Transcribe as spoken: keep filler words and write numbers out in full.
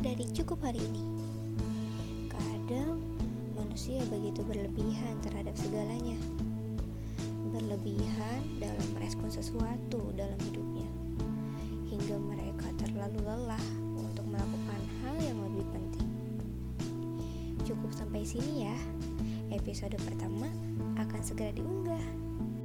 dari Cukup Hari Ini. Kadang manusia begitu berlebihan terhadap segalanya. Berlebihan dalam merespon sesuatu dalam hidupnya, hingga mereka terlalu lelah untuk melakukan hal yang lebih penting. Cukup sampai sini ya. Episode pertama akan segera diunggah.